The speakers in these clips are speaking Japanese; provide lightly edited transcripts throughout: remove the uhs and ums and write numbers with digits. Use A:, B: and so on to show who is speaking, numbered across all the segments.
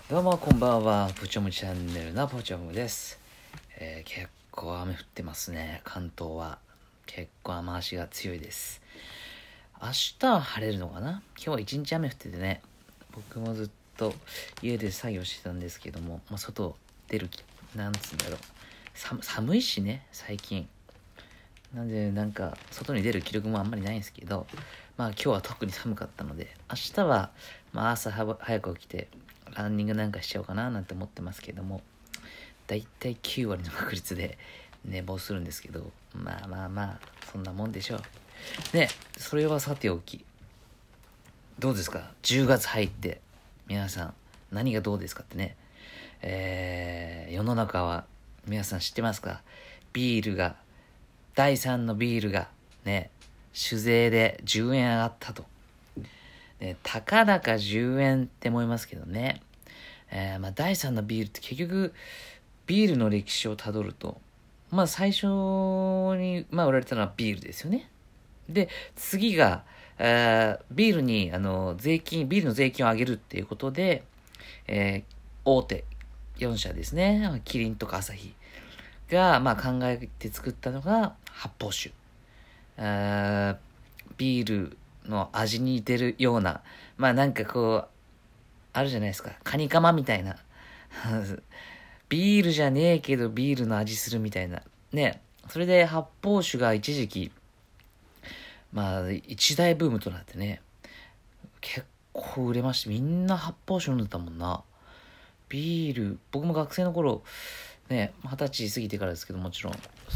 A: どうもこんばんは、ポチョムチャンネルのポチョムです。結構雨降ってますね。関東は結構雨足が強いです。明日は晴れるのかな。今日は一日雨降っててね、僕もずっと家で作業してたんですけども、外出るなんつうんだろう、寒いしね最近なんで外に出る気力もあんまりないんですけど、今日は特に寒かったので、明日は朝早く起きてランニングなんかしちゃおうかななんて思ってますけども、だいたい9割の確率で寝坊するんですけど、そんなもんでしょうね。それはさておき、どうですか10月入って皆さん何がどうですかってね。世の中は皆さん知ってますか？第3のビールがね、酒税で10円上がったと。たかだか10円って思いますけどね。第3のビールって結局、ビールの歴史をたどると、最初に、売られたのはビールですよね。で、次が、ビールの税金を上げるっていうことで、大手4社ですね。キリンとかアサヒが、考えて作ったのが発泡酒。ビールの味に似てるような、あるじゃないですか。カニカマみたいな。ビールじゃねえけどビールの味するみたいな。ね。それで発泡酒が一時期、一大ブームとなってね。結構売れました。みんな発泡酒飲んでたもんな。ビール、僕も学生の頃、ね、20歳過ぎてからですけどもちろん、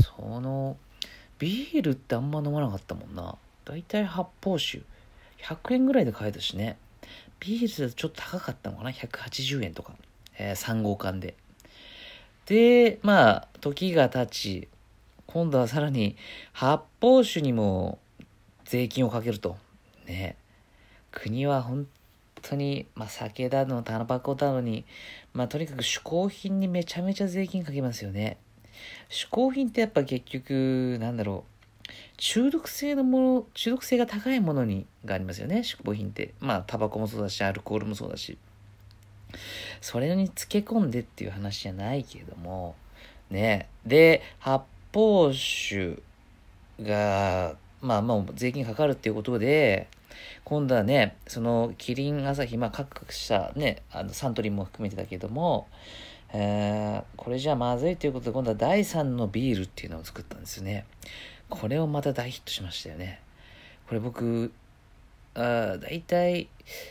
A: ビールってあんま飲まなかったもんな。だいたい発泡酒、100円ぐらいで買えたしね。ビールだとちょっと高かったのかな ?180 円とか。3号缶で。で、時が経ち、今度はさらに発泡酒にも税金をかけると。ね。国は本当に、酒だの、タバコだのに、とにかく嗜好品にめちゃめちゃ税金かけますよね。嗜好品ってやっぱ結局、中毒性が高いものがありますよね、嗜好品って。タバコもそうだし、アルコールもそうだし。それにつけ込んでっていう話じゃないけれども、ね。で、発泡酒が、もう税金かかるっていうことで、今度はね、そのキリン、アサヒ、各社ね、サントリーも含めてだけども、これじゃまずいということで、今度は第3のビールっていうのを作ったんですよね。これをまた大ヒットしましたよね。これ僕、大体、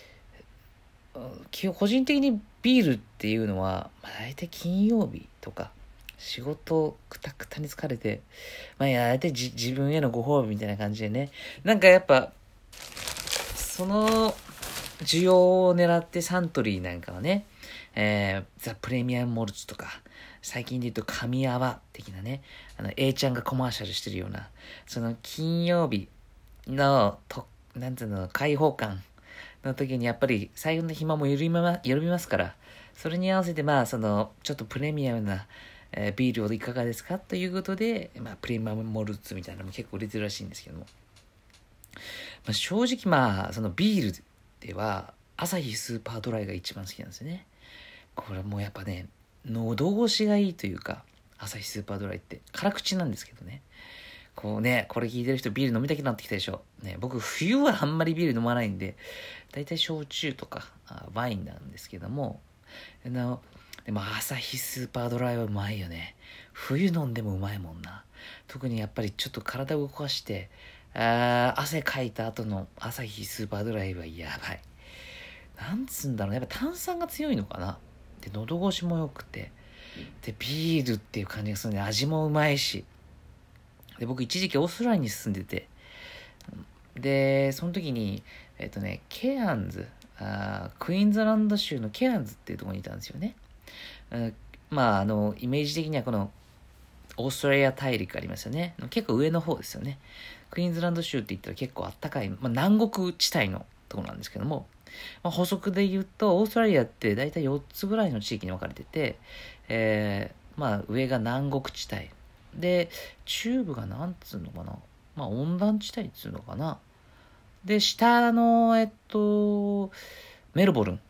A: 個人的にビールっていうのは、大体金曜日とか、仕事くたくたに疲れて、大体自分へのご褒美みたいな感じでね、やっぱ、その需要を狙ってサントリーなんかはね、ザ・プレミアム・モルツとか、最近で言うと神泡的なね、A ちゃんがコマーシャルしてるような、その金曜日の、開放感の時にやっぱり財布の暇も緩みますから、それに合わせてちょっとプレミアムな、ビールをいかがですかということで、プレミアムモルツみたいなのも結構売れてるらしいんですけども、正直そのビールではアサヒスーパードライが一番好きなんですよね。これもうやっぱね、喉越しがいいというか、アサヒスーパードライって辛口なんですけどね。これ聞いてる人ビール飲みたくなってきたでしょ。ね、僕冬はあんまりビール飲まないんで、だいたい焼酎とかワインなんですけども、でもアサヒスーパードライはうまいよね。冬飲んでもうまいもんな。特にやっぱりちょっと体を動かして、汗かいた後のアサヒスーパードライはやばい。なんつうんだろうね。やっぱ炭酸が強いのかな。で、喉越しも良くて。で、ビールっていう感じがするね。味もうまいし。で、僕一時期オーストラリアに住んでて。で、その時に、ケアンズ、クイーンズランド州のケアンズっていうところにいたんですよね。イメージ的にはこの、オーストラリア大陸ありますよね。結構上の方ですよね。クイーンズランド州って言ったら結構あったかい、南国地帯のところなんですけども、補足で言うと、オーストラリアって大体4つぐらいの地域に分かれてて、上が南国地帯。で、中部がなんつうのかな。温暖地帯っつうのかな。で、下の、メルボルン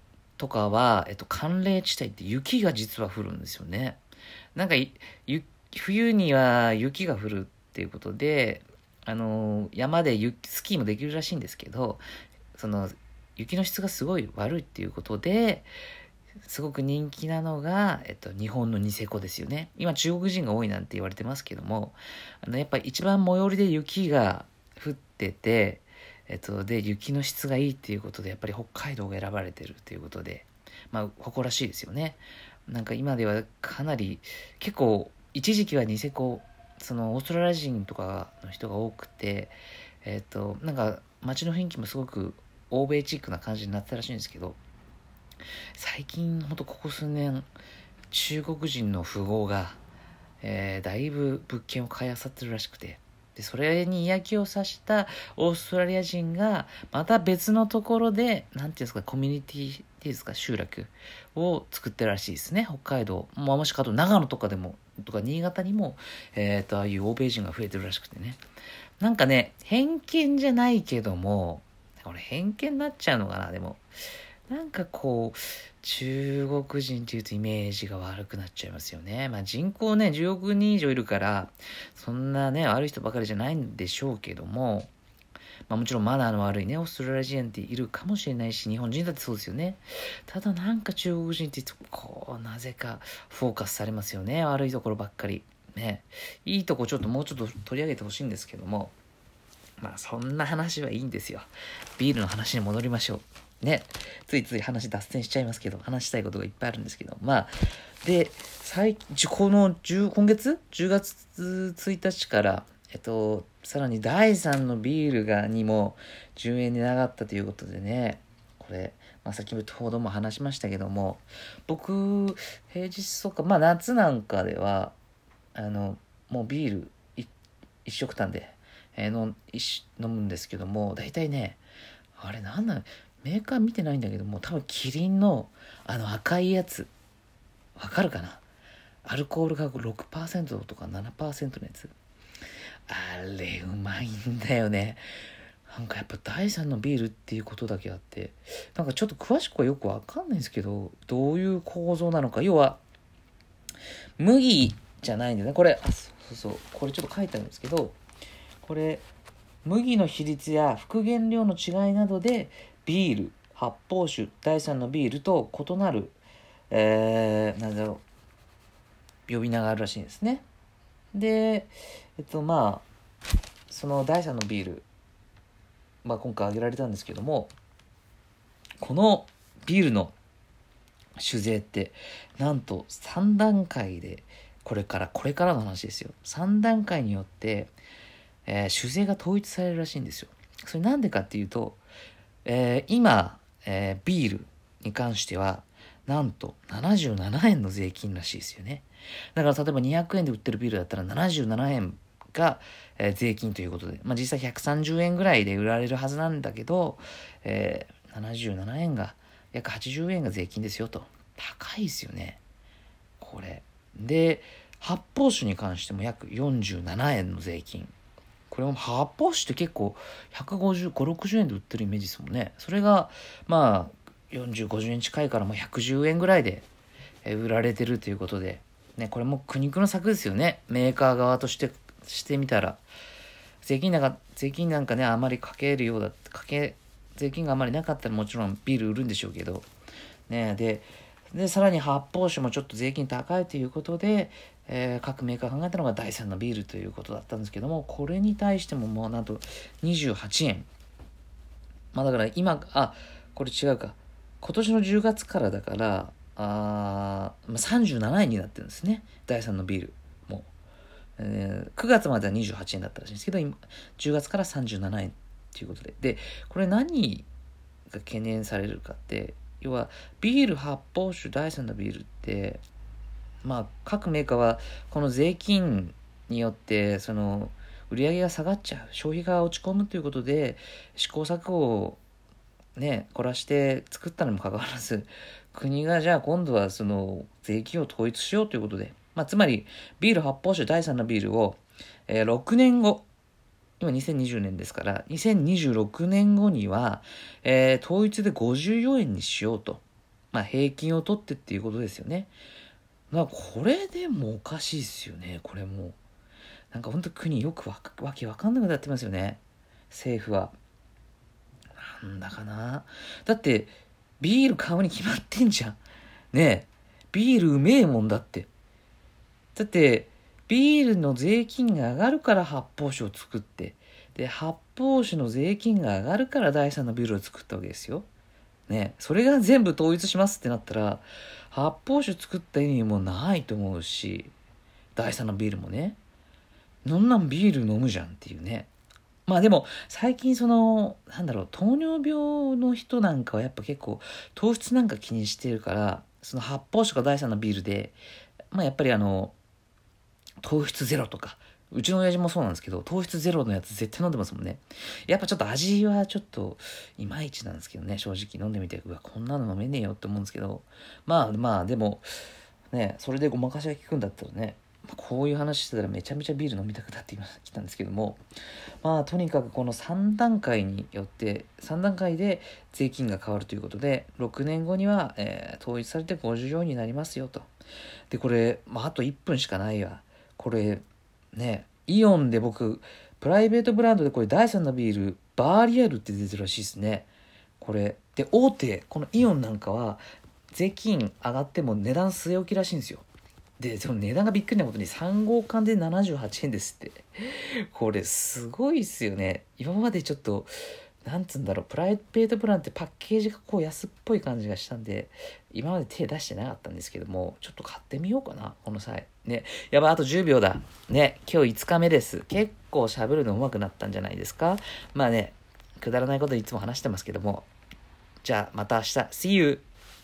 A: とかは、寒冷地帯って雪が実は降るんですよね。なんか冬には雪が降るっていうことで、山でスキーもできるらしいんですけど、その雪の質がすごい悪いっていうことで、すごく人気なのが、日本のニセコですよね。今中国人が多いなんて言われてますけども、やっぱり一番最寄りで雪が降ってて、で、雪の質がいいっていうことで、やっぱり北海道が選ばれてるっていうことで、誇らしいですよね。なんか今ではかなり、結構、一時期はニセコ、そのオーストラリア人とかの人が多くて、なんか街の雰囲気もすごく欧米チックな感じになってたらしいんですけど、最近ほんとここ数年中国人の富豪が、だいぶ物件を買い漁ってるらしくて、でそれに嫌気をさしたオーストラリア人がまた別のところでなんていうんですか、コミュニティですか、集落を作ってるらしいですね。北海道もしくはあと長野とかでもとか新潟にも、ああいう欧米人が増えてるらしくてね、なんかね、偏見じゃないけども、これ偏見になっちゃうのかな。でもなんかこう中国人っていうとイメージが悪くなっちゃいますよね。人口ね10億人以上いるからそんなね悪い人ばかりじゃないんでしょうけども、もちろんマナーの悪いねオーストラリア人っているかもしれないし、日本人だってそうですよね。ただなんか中国人ってこうなぜかフォーカスされますよね、悪いところばっかりね。いいとこちょっともうちょっと取り上げてほしいんですけども、そんな話はいいんですよ。ビールの話に戻りましょうね。ついつい話脱線しちゃいますけど、話したいことがいっぱいあるんですけど、で今月10月1日からさらに第3のビールにも10円値上がったということでね、これ先ほども話しましたけども、僕平日とか夏なんかではもうビール一食単で飲むんですけども、大体ね、あれなんなの、メーカー見てないんだけども、多分キリンの赤いやつわかるかな、アルコールが 6% とか 7% のやつ、あれうまいんだよね。なんかやっぱ第3のビールっていうことだけあって、なんかちょっと詳しくはよくわかんないんですけど、どういう構造なのか。要は麦じゃないんだよねこれ。そうこれちょっと書いてあるんですけど、これ麦の比率や副原料の違いなどでビール、発泡酒、第3のビールと異なる、なんだろう、呼び名があるらしいんですね。で、その第3のビール、今回挙げられたんですけども、このビールの酒税ってなんと3段階で、これからの話ですよ。3段階によって酒税が統一されるらしいんですよ。それなんでかっていうと、今、ビールに関してはなんと77円の税金らしいですよね。だから例えば200円で売ってるビールだったら77円が、税金ということで、実際130円ぐらいで売られるはずなんだけど、77円が約80円が税金ですよと。高いですよねこれで。発泡酒に関しても約47円の税金。これも発泡酒って結構150、60円で売ってるイメージですもんね。それが40、50円近いからもう110円ぐらいで売られてるということで、ね、これも苦肉の策ですよね。メーカー側としてみたら。税金なんかね、あまり税金があまりなかったらもちろんビール売るんでしょうけど、ね、でさらに発泡酒もちょっと税金高いということで、各メーカーが考えたのが第3のビールということだったんですけども、これに対してももうなんと28円。だからこれ違うか。今年の10月からだから、37円になってるんですね。第3のビールも。9月までは28円だったらしいんですけど、今10月から37円ということで。で、これ何が懸念されるかって、要はビール、発泡酒、第3のビールって各メーカーはこの税金によってその売り上げが下がっちゃう、消費が落ち込むということで試行錯誤をね凝らして作ったにもかかわらず、国がじゃあ今度はその税金を統一しようということで、つまりビール、発泡酒、第3のビールを、6年後、今2020年ですから2026年後には、統一で54円にしようと平均を取ってっていうことですよね。これでもおかしいですよね。これも本当国よくわけわかんなくなってますよね。政府は。なんだかな。だってビール買うに決まってんじゃん。ねえ。ビールうめえもんだって。だってビールの税金が上がるから発泡酒を作って、で発泡酒の税金が上がるから第三のビールを作ったわけですよ。ね、それが全部統一しますってなったら発泡酒作った意味もないと思うし、第三のビールもね、なんビール飲むじゃんっていうね。でも最近糖尿病の人なんかはやっぱ結構糖質なんか気にしてるから、その発泡酒が第三のビールでやっぱり糖質ゼロとか、うちの親父もそうなんですけど、糖質ゼロのやつ絶対飲んでますもんね。やっぱちょっと味はちょっといまいちなんですけどね、正直飲んでみて、こんなの飲めねえよって思うんですけど、でもね、それでごまかしが効くんだったらね、こういう話してたらめちゃめちゃビール飲みたくなってきたんですけども、とにかくこの3段階によって3段階で税金が変わるということで、6年後には、統一されて54になりますよと。でこれ、あと1分しかないわ。これね、イオンで僕プライベートブランドでこれ第3のビールバーリアルって出てるらしいですね。これで大手このイオンなんかは税金上がっても値段据え置きらしいんですよ。でその値段がびっくりなことに3号缶で78円ですって。これすごいっすよね。今までちょっとプライベートブランドってパッケージが安っぽい感じがしたんで、今まで手出してなかったんですけども、ちょっと買ってみようかな、この際。ね。やばい、あと10秒だ。ね、今日5日目です。結構喋るの上手くなったんじゃないですか。くだらないこといつも話してますけども。じゃあ、また明日。See you!